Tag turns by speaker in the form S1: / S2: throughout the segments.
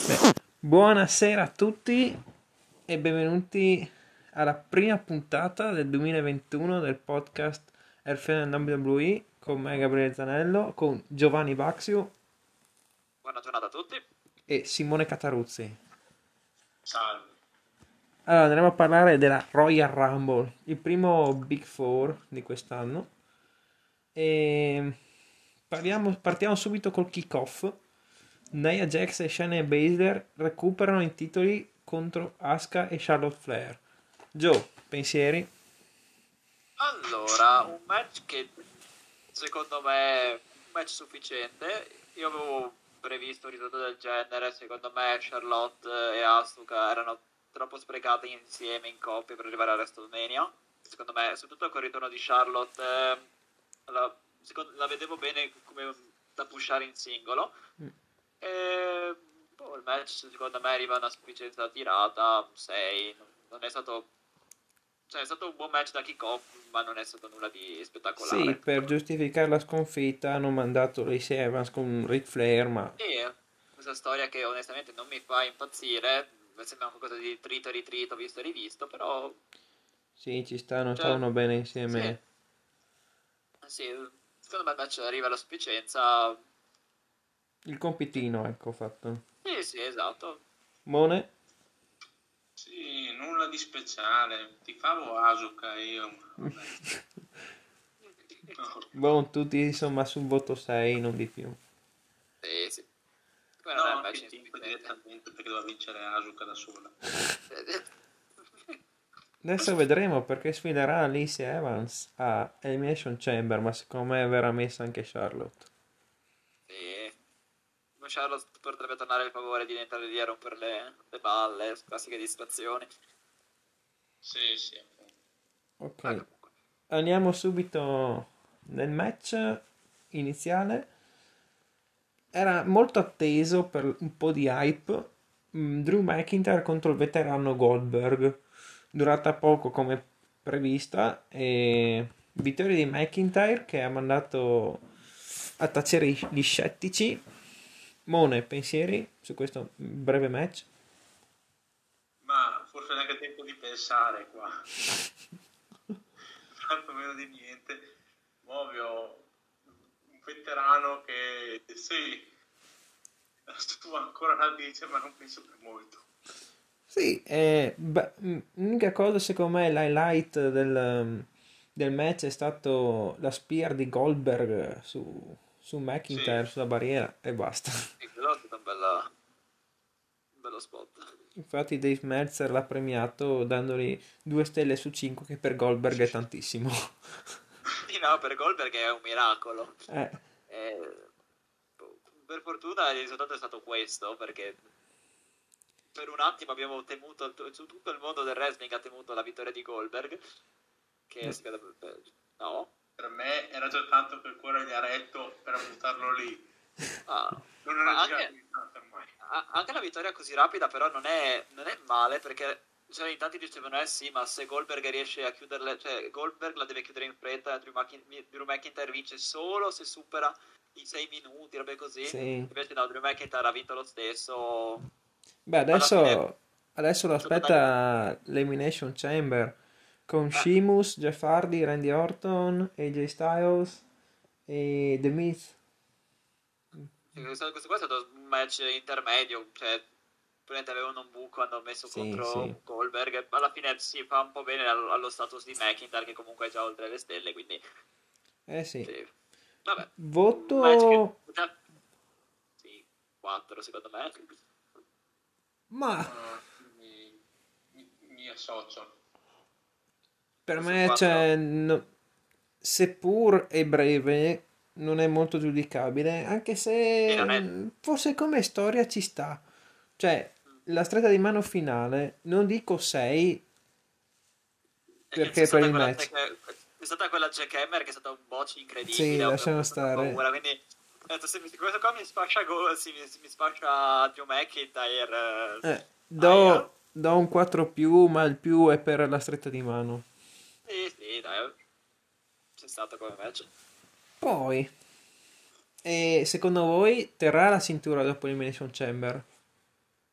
S1: Beh, buonasera a tutti e benvenuti alla prima puntata del 2021 del podcast Elfen WWE con me Gabriele Zanello, con Giovanni Baxio
S2: Buona giornata a tutti.
S1: e Simone Cataruzzi.
S2: Salve.
S1: Allora, andremo a parlare della Royal Rumble, il primo Big Four di quest'anno. E partiamo subito col kick-off. Nia Jax e Shayna Baszler recuperano i titoli contro Asuka e Charlotte Flair. Joe, pensieri?
S2: Allora, un match che secondo me è un match sufficiente. Io avevo previsto un risultato del genere. Secondo me Charlotte e Asuka erano troppo sprecate insieme in coppia per arrivare a WrestleMania. Secondo me, soprattutto con il ritorno di Charlotte, la vedevo bene come da pushare in singolo. E il match secondo me arriva a una sufficienza tirata, 6, non è stato, cioè è stato un buon match da kick-off, ma non è stato nulla di
S1: Sì,
S2: spettacolare.
S1: per giustificare la sconfitta hanno mandato Lacey Evans con Ric Flair, ma
S2: E questa storia che onestamente non mi fa impazzire, mi sembra qualcosa di trito e ritrito, visto e rivisto, però
S1: sì, ci stanno,
S2: cioè,
S1: stavano bene
S2: sì,
S1: insieme.
S2: sì, secondo me il match arriva alla sufficienza.
S1: Il compitino, ecco, fatto.
S2: Sì, sì, esatto.
S1: Mone?
S3: Sì, nulla di speciale. Tifavo Asuka io, ma vabbè. No,
S1: Buon, tutti insomma sul voto 6, non di più.
S2: Sì, sì. Come
S3: no,
S2: non è un match
S3: anche 5
S2: insufficiente.
S3: direttamente perché doveva vincere Asuka da sola.
S1: Adesso vedremo perché sfiderà Lacey Evans a Elimination Chamber, ma secondo me verrà messa anche Charlotte.
S2: Sì. Charlotte potrebbe tornare il favore di entrare lì a rompere le balle, classiche distrazioni.
S3: Sì, sì, appunto.
S1: Ok,
S2: Comunque.
S1: andiamo subito nel match iniziale. Era molto atteso per un po' di hype. Drew McIntyre contro il veterano Goldberg. Durata poco come prevista. E vittoria di McIntyre che ha mandato a tacere gli scettici. Mone, pensieri su questo breve match?
S3: Ma forse neanche tempo di pensare qua. Tanto meno di niente. Ovvio, un veterano che sì, tu ancora la dice, ma non penso per molto.
S1: Sì, l'unica cosa secondo me l'highlight del match è stato la spear di Goldberg su
S3: Sì,
S1: McIntyre, sulla barriera e basta.
S2: E quello è stato un bello spot.
S1: Infatti Dave Meltzer l'ha premiato dandogli 2 stelle su 5 che per Goldberg è tantissimo.
S2: Sì, no, per Goldberg è un miracolo.
S1: Eh,
S2: Eh, per fortuna il risultato è stato questo, perché per un attimo abbiamo temuto, su tutto il mondo del wrestling ha temuto la vittoria di Goldberg, che si vede, no?
S3: per me era già tanto che il cuore gli ha retto per buttarlo lì.
S2: Ah,
S3: Non
S2: ma
S3: era già
S2: anche,
S3: tanto ormai.
S2: anche la vittoria così rapida però non è male, perché cioè, in tanti dicevano sì, ma se Goldberg riesce a chiuderle, cioè Goldberg la deve chiudere in fretta, Drew McIntyre vince solo se supera i 6 minuti, robe così.
S1: sì.
S2: Invece no, Drew McIntyre ha vinto lo stesso.
S1: Beh,
S2: Alla fine
S1: adesso lo
S2: è stato da...
S1: aspetta l'Elimination Chamber con
S2: Eh,
S1: Sheamus, Jeff Hardy, Randy Orton, AJ Styles e The Miz.
S2: questo qua è stato un match intermedio, cioè probabilmente avevano un buco, hanno messo
S1: Sì, sì.
S2: contro Goldberg, e alla fine si fa un po' bene allo status di McIntyre che comunque è già oltre le stelle, quindi
S1: Eh sì.
S2: sì. Vabbè, un match che
S1: Voto...
S2: sì, 4 secondo me.
S1: Ma
S3: No, mi associo.
S1: per
S2: Su
S1: me,
S2: 4.
S1: cioè, seppur è breve, non è molto giudicabile, anche
S2: Sì,
S1: se
S2: non è...
S1: forse come storia ci sta. Cioè, la stretta di mano finale, non dico 6
S2: C'è
S1: perché per
S2: stata
S1: il
S2: quella
S1: match.
S2: Jack Hammer che è stata un botch
S1: Sì,
S2: incredibile, ho
S1: lasciamo
S2: avuto tanta
S1: stare.
S2: paura, quindi ho detto, se questo qua mi spaccia mi spaccia Drew McIntyre, aia.
S1: Do un 4 più, ma il più è per la stretta di mano.
S2: Sì, sì, dai, c'è stato come match.
S1: Poi, e secondo voi terrà la cintura dopo Elimination Chamber?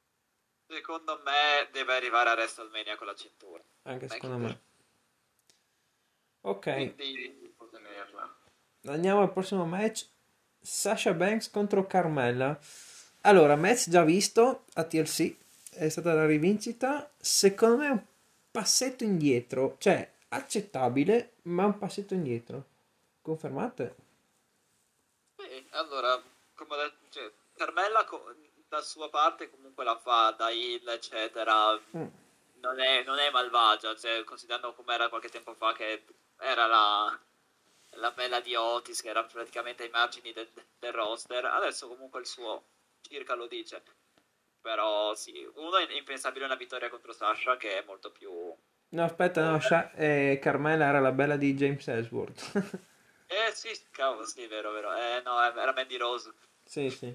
S2: Secondo me deve arrivare a WrestleMania con la cintura.
S1: Anche secondo
S2: McIntyre.
S1: me. Ok,
S2: Quindi
S3: Può tenerla.
S1: andiamo al prossimo match. Sasha Banks contro Carmella. Allora, match già visto a TLC, è stata la rivincita. Secondo me è un passetto indietro, cioè accettabile, ma un passetto indietro. Confermate?
S2: sì, allora, come ho detto, cioè, Carmella da sua parte comunque la fa da heel, eccetera.
S1: Mm.
S2: Non è malvagia, cioè, considerando com'era qualche tempo fa che era la bella di Otis, che era praticamente ai margini del roster. Adesso comunque il suo circa lo dice. Però sì, uno è impensabile una vittoria contro Sasha, che è molto più
S1: No, aspetta, no,
S2: over.
S1: Carmella era la bella di James Ellsworth.
S2: Sì, cavolo, sì, vero, vero. No, era Mandy Rose.
S1: Sì, sì.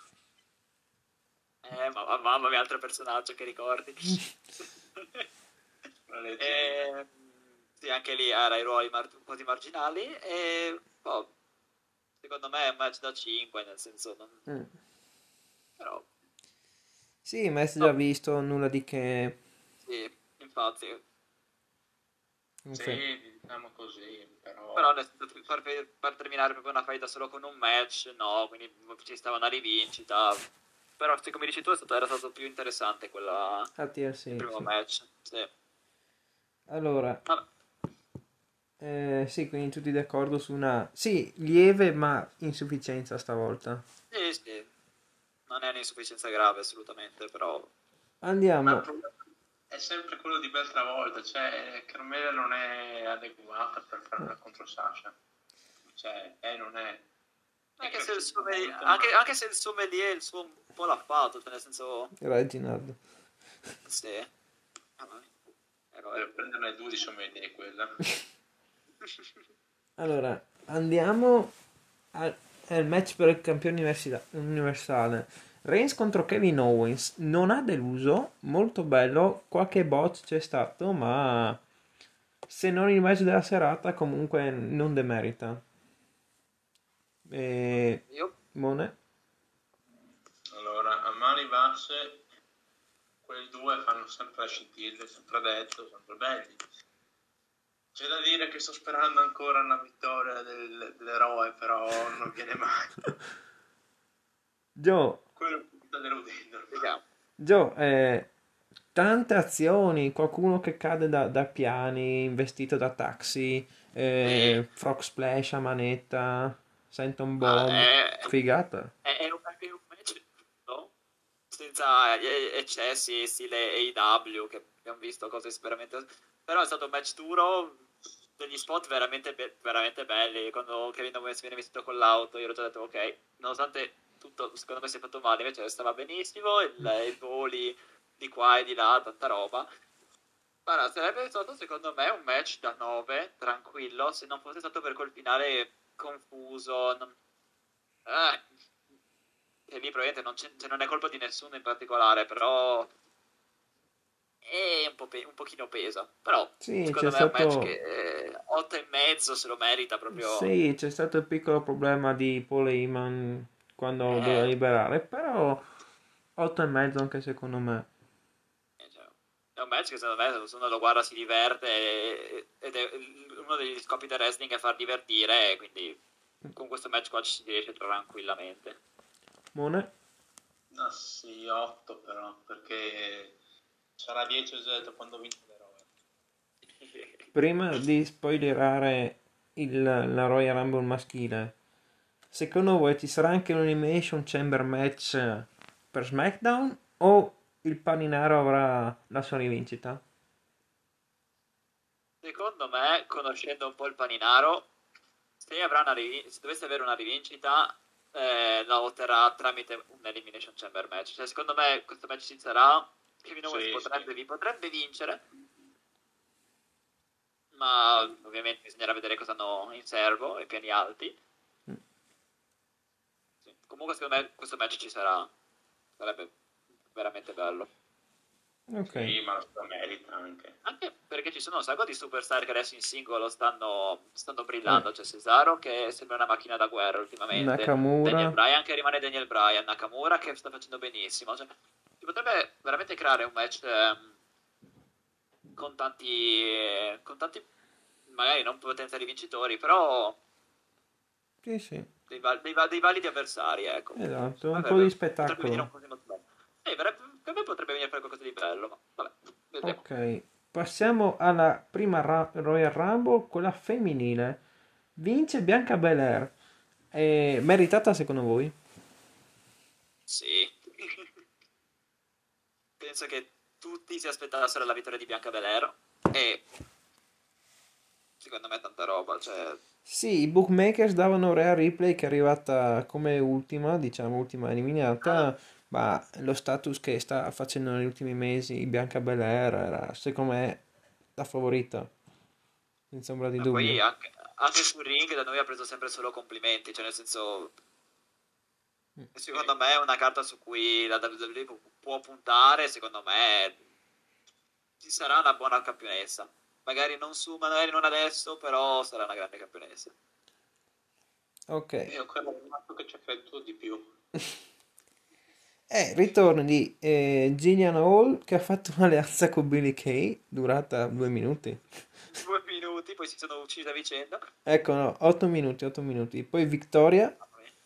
S2: Mamma mia, altro personaggio che ricordi.
S3: Una leggenda.
S2: Sì, anche lì era i ruoli un po' di marginali. E boh, secondo me è un match da 5, nel senso,
S1: Mm.
S2: però,
S1: Sì, match già
S2: no,
S1: visto, nulla di che.
S2: sì, infatti.
S1: Ok.
S3: Sì, diciamo così,
S2: Però
S3: però
S2: nel senso, far terminare proprio una faida solo con un match, no, quindi ci stava una rivincita. Però, come dici tu, era stato più interessante
S1: A
S2: il
S1: TLC,
S2: primo
S1: sì.
S2: match. Sì.
S1: Allora,
S2: Vabbè,
S1: sì, quindi tutti d'accordo su una. Sì, lieve ma insufficienza stavolta.
S2: sì, sì. Non è un'insufficienza grave assolutamente, però
S3: ma il
S1: Andiamo.
S3: problema è sempre quello di l'altra volta, cioè Carmela non è adeguata per fare una contro Sasha, cioè non è
S2: anche se il
S3: cresciuta molto,
S2: anche,
S3: ma
S2: anche se il sommelier il suo un po' l'ha fatto, cioè nel senso,
S1: Reginald.
S2: sì. Vabbè,
S3: deve prenderne due di sommelier quella.
S1: Allora, andiamo al match per il campione universale. Reigns contro Kevin Owens. Non ha deluso, molto bello. Qualche bot c'è stato, ma se non il match della serata, comunque non demerita. E...
S2: Io
S1: Mone?
S3: Allora, a mani basse, quei due fanno sempre la scintille, sempre detto, sempre belli. C'è da dire che sto sperando ancora una vittoria dell'eroe, però non viene mai.
S1: Joe,
S3: Quello mi sta deludendo ormai.
S2: vediamo.
S1: Joe, tante azioni, qualcuno che cade da piani, investito da taxi,
S2: Sì,
S1: frog splash a manetta, senton
S2: ma
S1: bomb, figata.
S2: è un match, no? Senza eccessi, stile AEW, che abbiamo visto cose veramente. Però è stato un match duro, degli spot veramente, veramente belli. Quando Kevin Owens viene vestito con l'auto, io ero già detto, ok, nonostante tutto, secondo me si è fatto male, invece stava benissimo, i voli di qua e di là, tanta roba. Guarda, sarebbe stato secondo me un match da 9, tranquillo, se non fosse stato per quel finale confuso. Eh, e lì probabilmente cioè, non è colpa di nessuno in particolare, però è un pochino pesa. Però
S1: Sì, c'è
S2: secondo me è un match
S1: stato,
S2: che 8 e mezzo se lo merita proprio.
S1: sì, c'è stato il piccolo problema di Paul Heyman quando doveva
S2: Eh,
S1: liberare, però 8 e mezzo anche secondo me.
S2: cioè, è un match che secondo me se uno lo guarda si diverte ed è uno degli scopi del wrestling è far divertire, e quindi con questo match qua ci si riesce tranquillamente.
S1: Mone?
S3: No, sì, 8 però, perché sarà 10 ho già detto quando ho vinto l'eroe.
S1: Prima di spoilerare la Royal Rumble maschile, secondo voi ci sarà anche un Elimination Chamber match per SmackDown o il Paninaro avrà la sua rivincita?
S2: Secondo me, conoscendo un po' il Paninaro, se dovesse avere una rivincita, la otterrà tramite un Elimination Chamber match. Cioè, secondo me, questo match ci sarà. Kevin Owens
S3: Sì, sì.
S2: vi potrebbe vincere, ma ovviamente bisognerà vedere cosa hanno in serbo e piani alti. Sì. Comunque, secondo me, questo match ci sarà. Sarebbe veramente bello.
S1: Ok,
S3: Sì, ma lo merita anche.
S2: Anche perché ci sono un sacco di superstar che adesso in singolo stanno
S1: eh,
S2: brillando. C'è Cesaro che sembra una macchina da guerra ultimamente.
S1: Nakamura,
S2: Daniel Bryan che rimane Daniel Bryan. Nakamura che sta facendo benissimo. Cioè, potrebbe veramente creare un match con tanti, magari non potenziali vincitori, però
S1: Sì, sì,
S2: dei validi avversari, ecco.
S1: esatto, un po' di
S2: Potrebbe venire un
S1: spettacolo.
S2: così molto bello. Per me potrebbe venire fuori qualcosa di bello, ma vabbè, vedremo.
S1: Ok, passiamo alla prima Royal Rumble, quella femminile. Vince Bianca Belair. È meritata secondo voi?
S2: Sì. Penso che tutti si aspettassero la vittoria di Bianca Belair e secondo me è tanta roba, cioè
S1: Sì, i bookmakers davano Rhea Ripley che è arrivata come ultima, diciamo ultima
S2: ah,
S1: eliminata, ma lo status che sta facendo negli ultimi mesi Bianca Belair era secondo me la favorita, senza ombra di
S2: ma poi
S1: dubbio.
S2: anche sul ring da noi ha preso sempre solo complimenti, cioè nel senso secondo me è una carta su cui la WWE può puntare, secondo me ci sarà una buona campionessa. Magari non adesso, però sarà una grande campionessa.
S1: Ok,
S3: Io ancora rimasto che ci ha creduto di più.
S1: ritorno di Gillian Hall che ha fatto un'alleanza con Billy Kay, durata 2 minuti.
S2: 2 minuti, poi si sono uccisi a vicenda.
S1: Ecco, no, 8 minuti, 8 minuti. Poi Victoria,
S2: Mamma mia.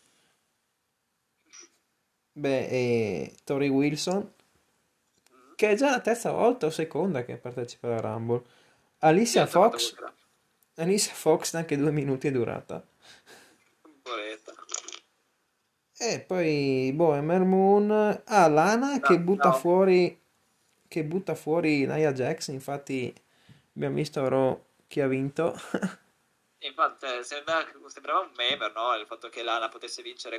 S1: beh, e Tori Wilson,
S2: Mm.
S1: che è già la terza volta o seconda che partecipa alla Rumble.
S2: Sì,
S1: Alicia
S2: ha fatto
S1: Fox,
S2: quel
S1: Alicia Fox anche 2 minuti è durata.
S2: Poretta.
S1: E poi, boh, Ember Moon, Lana
S2: No, no.
S1: che butta fuori Nia Jax, infatti abbiamo visto Raw chi ha vinto.
S2: Infatti, sembrava un meme, no? Il fatto che Lana potesse vincere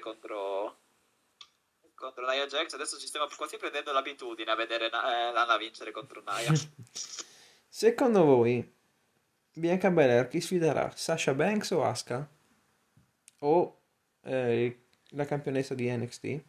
S2: contro Nia Jax. Adesso ci stiamo quasi prendendo l'abitudine a vedere Lana vincere contro Nia.
S1: Secondo voi, Bianca Belair chi sfiderà? Sasha Banks o Asuka? O la campionessa di NXT?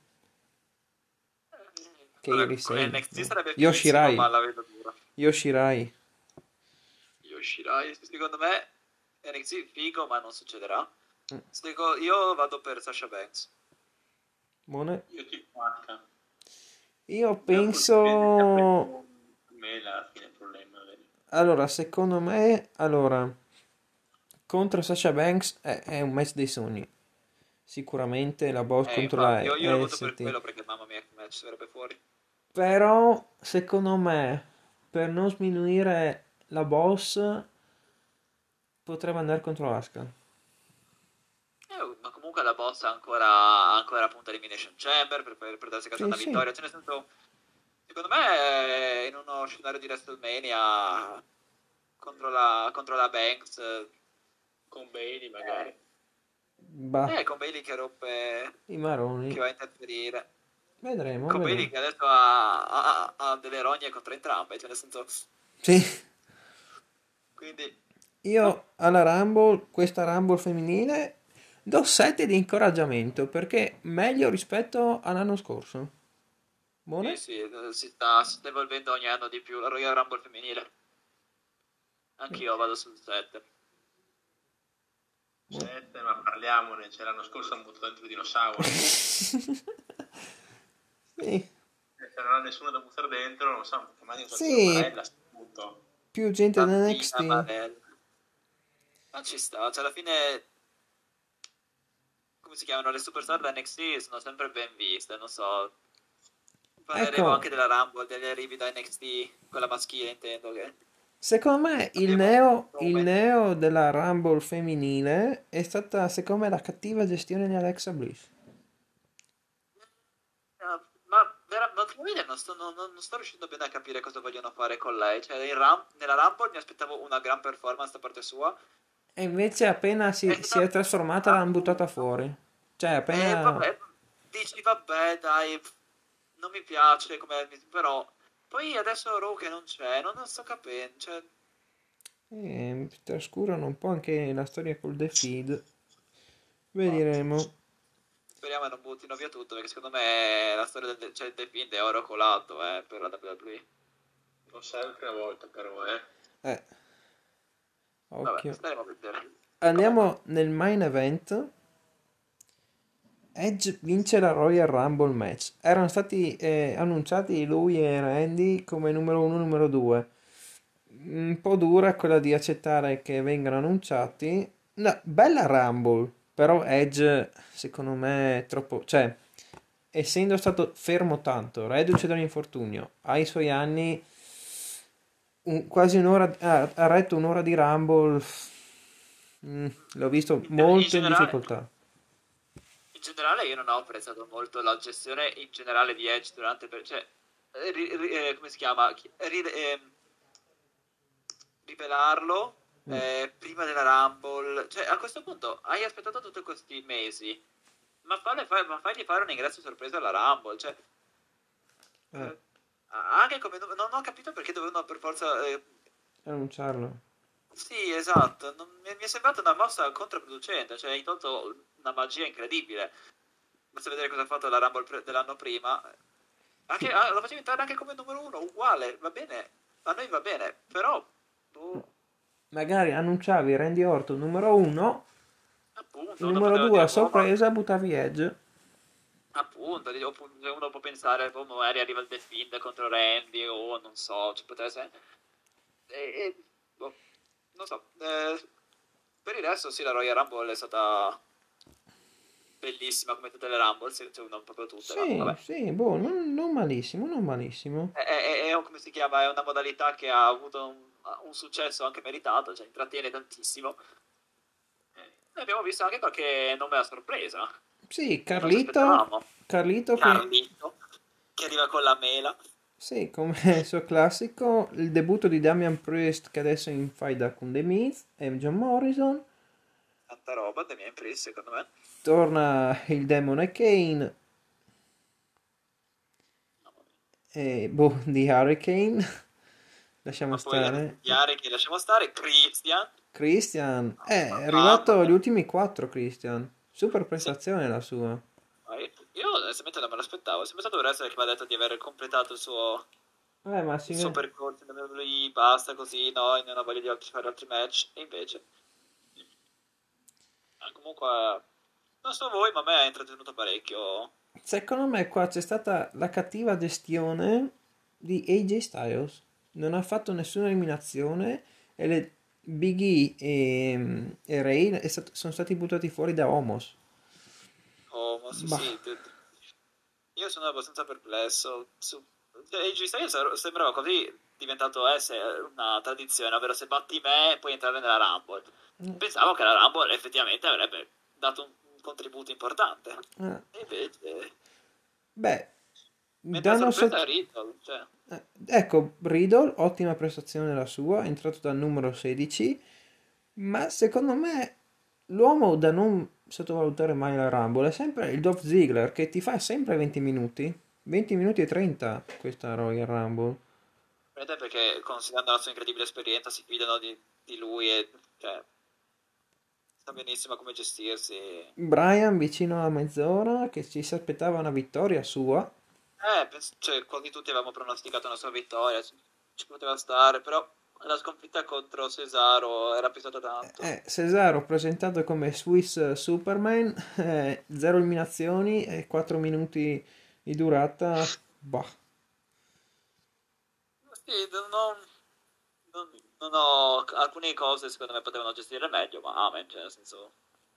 S1: Che ieri
S2: Con
S1: sera.
S2: NXT sarebbe fighissimo, ma
S1: Yoshirai.
S2: la vedo dura.
S1: Yoshirai.
S2: Yoshirai, secondo me NXT figo, ma non succederà. Io vado per Sasha Banks.
S1: Mone.
S3: Io tipo H.
S1: Io
S3: Dopo
S1: penso...
S3: dipende che ha preso me alla fine il problema, vedi?
S1: Allora, secondo me... Allora, contro Sasha Banks è un match dei sogni. Sicuramente la boss contro la
S2: Infatti, io lo voto per
S1: LST.
S2: quello perché mamma mia che match sarebbe fuori.
S1: Però, secondo me, per non sminuire la boss, potrebbe andare contro Asuka.
S2: Ma comunque la boss ha ancora punta Elimination Chamber per darsi a casa
S1: Sì,
S2: una
S1: sì.
S2: vittoria. Cioè, nel senso, secondo me in uno scenario di WrestleMania contro la Banks,
S3: Con Bailey magari.
S1: Bah,
S2: con Bailey che rompe,
S1: i maroni.
S2: che va a interferire.
S1: Vedremo,
S2: Con Bailey
S1: vedremo.
S2: che adesso ha delle rogne contro entrambe, cioè nel senso,
S1: Sì.
S2: quindi, no,
S1: Io alla Rumble, questa Rumble femminile, do 7 di incoraggiamento perché meglio rispetto all'anno scorso.
S2: sì,
S1: Buone?
S2: sì, si sta evolvendo ogni anno di più la Royal Rumble femminile. Anch'io vado sul 7.
S3: 7, ma parliamone, c'è l'anno scorso hanno buttato dentro i dinosauri.
S1: Sì,
S3: Se non ha nessuno da buttare dentro, non so, magari un saltino
S1: sì,
S3: Marella, appunto.
S1: più gente da
S2: Santina
S1: NXT.
S2: Marella. Ma ci sta, cioè alla fine, come si chiamano, le superstar da NXT sono sempre ben viste, non so. Parleremo
S1: Ecco,
S2: anche della Rumble, degli arrivi da NXT, quella maschile intendo, che
S1: secondo me
S2: abbiamo
S1: Il
S2: nome.
S1: neo della Rumble femminile è stata, secondo me, la cattiva gestione di Alexa Bliss.
S2: Ultimamente non sto riuscendo bene a capire cosa vogliono fare con lei. Cioè, nella Rumble mi aspettavo una gran performance da parte sua.
S1: E invece appena
S2: È
S1: si è
S2: stata
S1: trasformata l'hanno buttata
S2: appunto.
S1: fuori. Cioè,
S2: E
S1: appena...
S2: vabbè, dici vabbè, dai, non mi piace come però poi adesso Raw che non c'è, non sto capendo, cioè
S1: trascurano un po' anche la storia col The Feed.
S2: infatti.
S1: Vedremo.
S2: Speriamo che non buttino via tutto, perché secondo me la storia cioè, del film è oro colato, per la WWE.
S3: Non sarà la prima volta però,
S1: Eh,
S2: Vabbè,
S1: occhio.
S2: staremo a vedere. Comunque,
S1: Andiamo nel main event. Edge vince la Royal Rumble match. Erano stati annunciati lui e Randy come numero uno e numero due. Un po' dura quella di accettare che vengano annunciati. No, bella Rumble, però Edge secondo me è troppo... Cioè, essendo stato fermo tanto, reduce da un infortunio, ai suoi anni, quasi un'ora, ha retto un'ora di Rumble, l'ho visto
S2: In
S1: molto in
S2: generale,
S1: difficoltà.
S2: in generale io non ho apprezzato molto la gestione in generale di Edge durante... cioè, come si chiama? Rivelarlo
S1: Mm,
S2: prima della Rumble. Cioè, a questo punto hai aspettato tutti questi mesi, ma fagli fare un ingresso sorpresa alla Rumble. Cioè,
S1: eh,
S2: eh, anche come non ho capito perché dovevano per forza.
S1: annunciarlo.
S2: Sì, esatto. Mi è sembrata una mossa controproducente. Cioè, hai tolto una magia incredibile. Basta vedere cosa ha fatto la Rumble dell'anno prima. Lo facevi entrare anche come numero uno, uguale, va bene. A noi va bene, però. Boh,
S1: Magari annunciavi Randy Orton numero uno,
S2: appunto, uno
S1: numero
S2: poteva
S1: due a
S2: dire, boh, ma
S1: sorpresa buttavi Edge.
S2: appunto, uno può pensare, boh, magari arriva il The Fiend contro Randy, o non so, ci potrebbe essere. Boh, non so. Per il resto, sì, la Royal Rumble è stata bellissima come tutte le Rumble, cioè, non proprio tutte, ma
S1: Sì,
S2: vabbè.
S1: sì, boh, non malissimo, non malissimo.
S2: Come si chiama? È una modalità che ha avuto un successo anche meritato, cioè intrattiene tantissimo. E abbiamo visto anche qualche nome a sorpresa,
S1: Sì,
S2: che non ci aspettavamo.
S1: Carlito che,
S2: Carlito, che arriva con la mela.
S1: sì, come suo classico, il debutto di Damian Priest che adesso è in faida con The Miz e John Morrison,
S2: Tanta roba, dei miei impresi, secondo me.
S1: torna il demone Kane,
S2: Mamma mia.
S1: e boh, di Hurricane, lasciamo
S2: Ma poi
S1: stare.
S2: Chiari che lasciamo stare, Christian.
S1: Christian, è
S2: Mamma
S1: arrivato agli
S2: mia.
S1: ultimi quattro Christian, super
S2: Sì.
S1: prestazione la sua.
S2: Ma io onestamente non me l'aspettavo. È sempre stato un wrestler che mi ha detto di aver completato
S1: Ma
S2: il
S1: si
S2: suo
S1: vede.
S2: percorso in WWE, basta così, no, non ho voglia di fare altri match. E invece, comunque, non so voi, ma a me ha intrattenuto parecchio.
S1: Secondo me qua c'è stata la cattiva gestione di AJ Styles. Non ha fatto nessuna eliminazione e le Big E Ray sono stati buttati fuori da Homos.
S2: Oh, ma sì,
S1: Bah,
S2: sì, io sono abbastanza perplesso. Cioè, AJ Styles sembrava così diventato una tradizione, ovvero se batti me puoi entrare nella Rumble. Pensavo che la Rumble effettivamente avrebbe dato un contributo importante.
S1: eh,
S2: E invece,
S1: beh,
S2: mentre a
S1: danno
S2: sorpresa è
S1: sotto...
S2: Riddle, cioè,
S1: ecco, Riddle, ottima prestazione la sua, è entrato dal numero 16, ma secondo me l'uomo da non sottovalutare mai la Rumble è sempre il Dolph Ziggler che ti fa sempre 20 minuti, 20 minuti e 30 questa Royal Rumble.
S2: vedete perché considerando la sua incredibile esperienza si fidano di lui e cioè, sa benissimo come gestirsi.
S1: Brian vicino alla mezz'ora che ci si aspettava una vittoria sua.
S2: Cioè, quasi tutti avevamo pronosticato una sua vittoria, ci poteva stare, però la sconfitta contro Cesaro era pesata tanto.
S1: Cesaro presentato come Swiss Superman, 0 eliminazioni e 4 minuti di durata. Bah.
S2: Sì, non ho... Alcune cose secondo me potevano gestire meglio, ma amen, cioè, nel senso...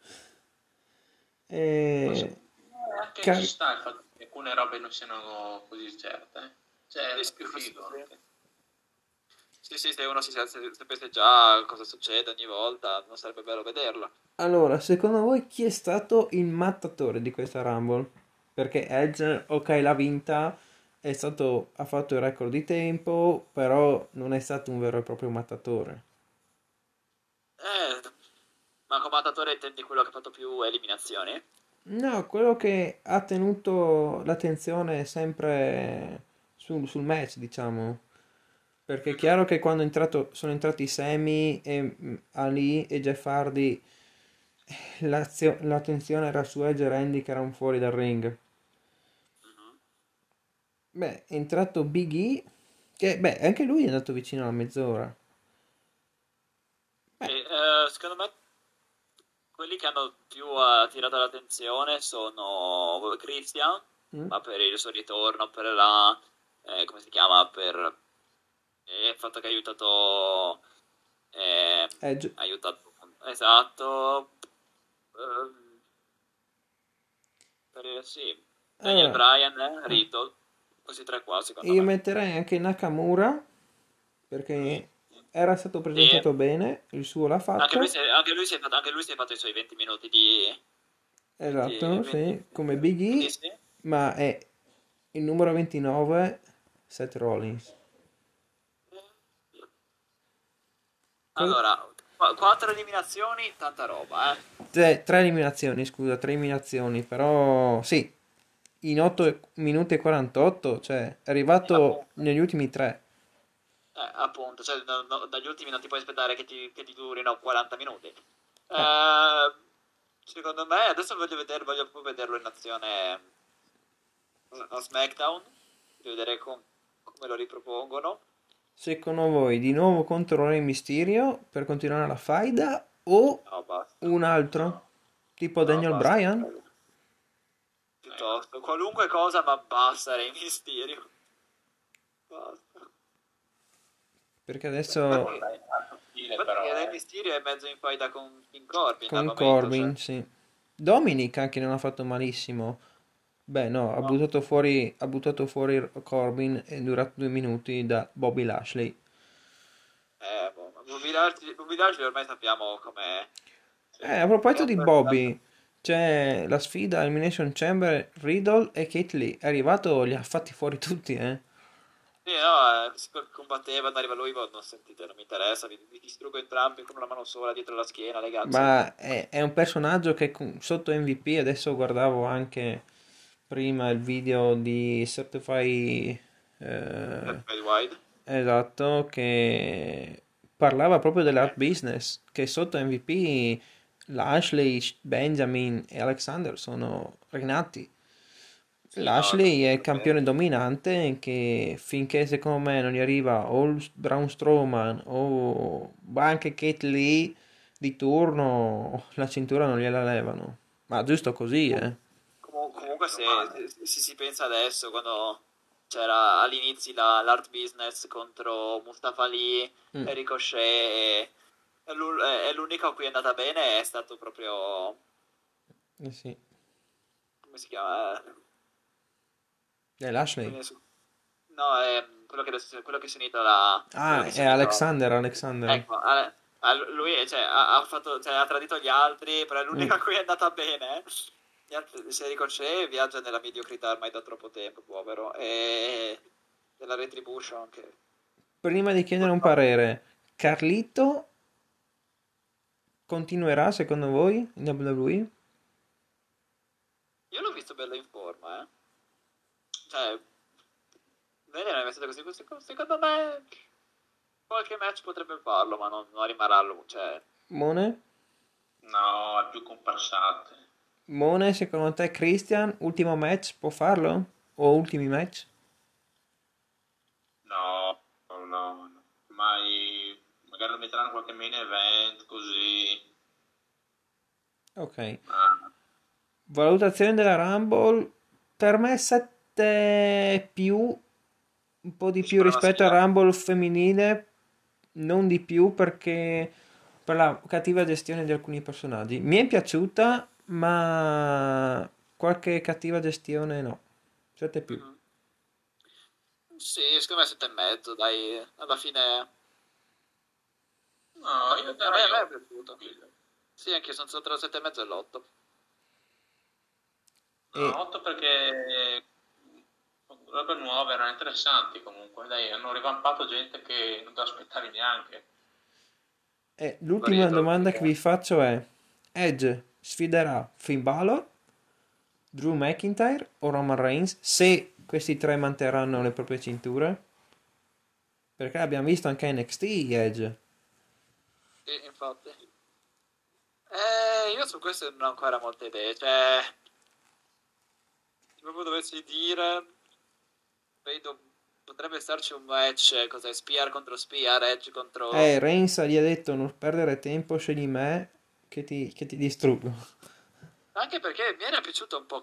S3: Non so.
S1: E...
S3: Anche ci
S1: Car-
S3: sta il fatto che alcune robe non siano così certe. Cioè,
S2: Sì,
S3: è
S2: sì,
S3: più
S2: sì,
S3: figo
S2: sì.
S3: anche.
S2: Sì, sì, se uno sapesse già cosa succede ogni volta, non sarebbe bello vederlo.
S1: Allora, secondo voi chi è stato il mattatore di questa Rumble? Perché Edge, ok, l'ha vinta, ha fatto il record di tempo, però non è stato un vero e proprio mattatore.
S2: Eh, ma commentatore intendi quello che ha fatto più eliminazioni?
S1: No, quello che ha tenuto l'attenzione sempre sul match, diciamo. Perché è
S2: Mhm.
S1: chiaro che quando sono entrati Sammy e Ali e Jeff Hardy, l'attenzione era su Edge e Randy che erano fuori dal ring.
S2: Mhm.
S1: Beh, è entrato Big E, che beh, anche lui è andato vicino alla mezz'ora.
S2: Sì,
S1: Beh,
S2: secondo me quelli che hanno più attirato l'attenzione sono Christian,
S1: Mm?
S2: ma per il suo ritorno, per la, come si chiama, per il fatto che
S1: Edge.
S2: ha aiutato, esatto, ehm, sì, Daniel
S1: Allora,
S2: Bryan, Riddle, questi tre qua secondo
S1: io
S2: me.
S1: metterei anche Nakamura perché era stato
S2: Sì,
S1: presentato bene, il suo l'ha fatto.
S2: anche lui si è fatto i suoi 20 minuti di... 20,
S1: Esatto,
S2: 20,
S1: sì, come Big
S2: quindi
S1: E,
S2: sì.
S1: ma è il numero 29, Seth Rollins. Co-
S2: Allora, quattro eliminazioni, tanta roba, eh.
S1: tre eliminazioni, scusa, tre eliminazioni, però sì, in 8 minuti e 48, cioè è arrivato
S2: Appunto,
S1: negli ultimi tre.
S2: appunto, cioè, dagli ultimi non ti puoi aspettare che ti durino 40 minuti.
S1: Eh,
S2: Secondo me, adesso voglio proprio vederlo in azione a SmackDown, voglio vedere come lo ripropongono.
S1: secondo voi di nuovo contro Re Mysterio per continuare la faida o
S2: No, basta.
S1: un altro?
S3: No,
S1: Tipo
S2: No,
S1: Daniel
S2: basta.
S1: Bryan?
S2: Piuttosto, qualunque cosa, ma basta, Rey Mysterio. Basta.
S1: Perché
S3: ma
S1: adesso
S3: non dai tanto stile
S2: Infatti
S3: però,
S2: Rey Mysterio è mezzo in faida con King Corbin al
S1: con
S2: momento, cioè.
S1: Corbin, sì. Dominic anche non ha fatto malissimo. Beh, no,
S3: No,
S1: ha buttato fuori Corbin è durato 2 minuti da Bobby Lashley.
S2: Boh, ma Bobby Lashley ormai sappiamo com'è.
S3: sì.
S1: A proposito
S2: È un
S1: di
S2: personaggio.
S1: Bobby, c'è la sfida Elimination Chamber, Riddle e Kate Lee. È arrivato, li ha fatti fuori tutti, eh.
S2: Sì, no, si combattevano, arriva lui, boh, non sentite, non mi interessa, vi distruggo entrambi con una mano sola dietro la schiena, le gambe.
S1: Ma è un personaggio che sotto MVP, adesso guardavo anche prima il video di Certify, eh,
S2: Worldwide Wide.
S1: esatto, che parlava proprio dell'art business, che sotto MVP Lashley, Benjamin e Alexander sono regnati.
S2: Sì, no,
S1: Lashley è il
S2: davvero.
S1: campione dominante che finché secondo me non gli arriva o il Braun Strowman o anche Kate Lee di turno, la cintura non gliela levano. Ma giusto così, eh.
S2: Comunque
S3: normale.
S2: se si pensa adesso, quando c'era all'inizio l'art business contro Mustafa Ali
S1: Mm,
S2: e Ricochet, e l'unico a cui è andata bene è stato proprio,
S1: eh sì.
S2: come si chiama?
S1: Lashley.
S2: Quindi no, è quello che si è unito quello
S1: Ah,
S2: che si
S1: è
S2: è unito,
S1: Alexander.
S2: ecco, lui cioè, ha fatto, cioè, ha tradito gli altri, però è
S1: Mm,
S2: l'unico a cui è andata bene. Gli altri, se Ricochet viaggia nella mediocrità ormai da troppo tempo, povero, e della Retribution che
S1: Prima di chiedere un
S2: purtroppo...
S1: parere, Carlito continuerà secondo voi in WWE?
S2: Io l'ho visto bello in forma, eh. Cioè, bene, non è stato così, secondo me qualche match potrebbe farlo, ma non rimarrà lungo, cioè...
S1: Mone?
S3: No, è più comparsate.
S1: Mone, secondo te Christian, ultimo match, può farlo? O ultimi match?
S3: No, no, no. Mai, magari lo metteranno in qualche main event così.
S1: Ok.
S3: Ma
S1: Valutazione della Rumble, per me 7 più, un po' di
S3: dici
S1: più
S3: per una
S1: rispetto al
S3: sfida?
S1: Rumble femminile, non di più perché per la cattiva gestione di alcuni personaggi. Mi è piaciuta, ma qualche cattiva gestione no. 7 più.
S2: Mhm. Sì, secondo me 7,5, dai, alla fine...
S3: No, io
S2: A
S3: darei
S2: me è
S3: 8.
S2: piaciuto. Sì, anche io sono stato tra il 7,5 e l'8.
S1: E,
S3: No, 8 perché robe nuove, erano interessanti comunque. Dai, hanno rivampato gente che non te l'aspettavi neanche.
S1: e l'ultima
S2: Riddle,
S1: domanda che
S2: perché...
S1: vi faccio è: Edge sfiderà Finn Balor, Drew McIntyre o Roman Reigns se questi tre manterranno le proprie cinture? Perché abbiamo visto anche NXT Edge.
S2: Sì, infatti. Io su questo non ho ancora molte idee, cioè... Se proprio dovessi dire, vedo... Potrebbe starci un match, cos'è? Spear contro Spear, Edge contro...
S1: Reigns gli ha detto non perdere tempo, scegli me. che ti distruggo.
S2: Anche perché mi era piaciuto un po'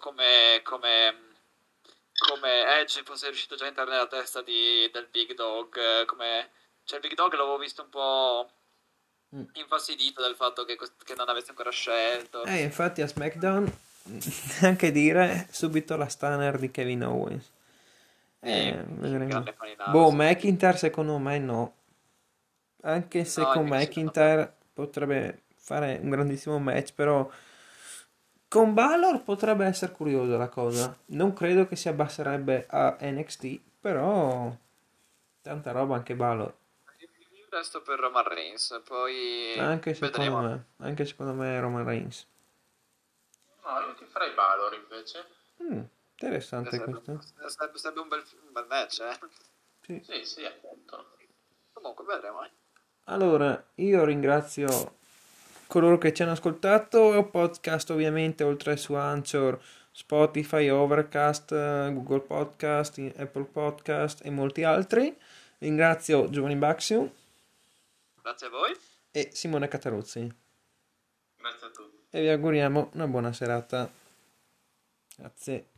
S2: come Edge fosse riuscito già a entrare nella testa del Big Dog. Cioè, il Big Dog l'avevo visto un po'
S1: Mm.
S2: infastidito dal fatto che non avesse ancora scelto.
S1: Infatti a SmackDown, neanche dire, subito la stunner di Kevin Owens.
S2: Sì,
S1: Vedremo.
S2: grande paninaro.
S1: Boh,
S2: Sì.
S1: McIntyre secondo me no. Anche se
S2: No,
S1: con
S2: anche secondo me.
S1: McIntyre potrebbe fare un grandissimo match, però con Balor potrebbe essere curiosa la cosa. Non credo che si abbasserebbe a NXT, però tanta roba anche Balor.
S2: Io resto per Roman Reigns, poi vedremo.
S1: Anche secondo me Roman Reigns.
S3: No, io ti farei Balor invece.
S1: Interessante questo.
S2: Sarebbe un bel match, eh.
S1: Sì.
S3: Sì, sì, appunto.
S2: Comunque, vedremo.
S1: Allora, io ringrazio coloro che ci hanno ascoltato, podcast ovviamente oltre su Anchor, Spotify, Overcast, Google Podcast, Apple Podcast e molti altri. Ringrazio Giovanni Baxio
S2: Grazie a voi.
S1: e Simone Cataruzzi
S3: Grazie a tutti.
S1: e vi auguriamo una buona serata. Grazie.